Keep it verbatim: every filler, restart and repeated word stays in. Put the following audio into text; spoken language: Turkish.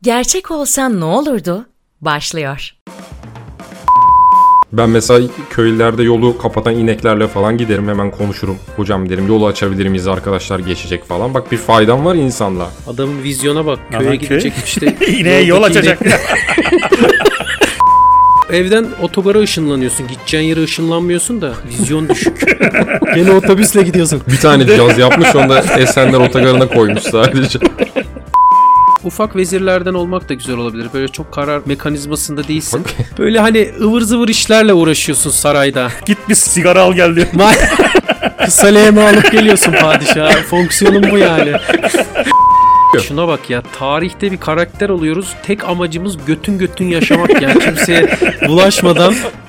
Gerçek olsan ne olurdu? Başlıyor. Ben mesela köylerde yolu kapatan ineklerle falan giderim, hemen konuşurum. Hocam derim, yolu açabilir miyiz, arkadaşlar geçecek falan. Bak bir faydam var insanla. Adamın vizyona bak. Köye Aman gidecek köy. işte. İneğe yol açacak. Evden otogara ışınlanıyorsun. Gideceğin yere ışınlanmıyorsun da vizyon düşük. Gene otobüsle gidiyorsun. Bir tane cihaz yapmış, onu da Esenler Otogarı'na koymuş sadece. Ufak vezirlerden olmak da güzel olabilir. Böyle çok karar mekanizmasında değilsin. Böyle hani ıvır zıvır işlerle uğraşıyorsun sarayda. Git bir sigara al gel diyor. Kısa lehme alıp geliyorsun padişaha. Fonksiyonun bu yani. Şuna bak ya, tarihte bir karakter oluyoruz. Tek amacımız götün götün yaşamak yani, kimseye bulaşmadan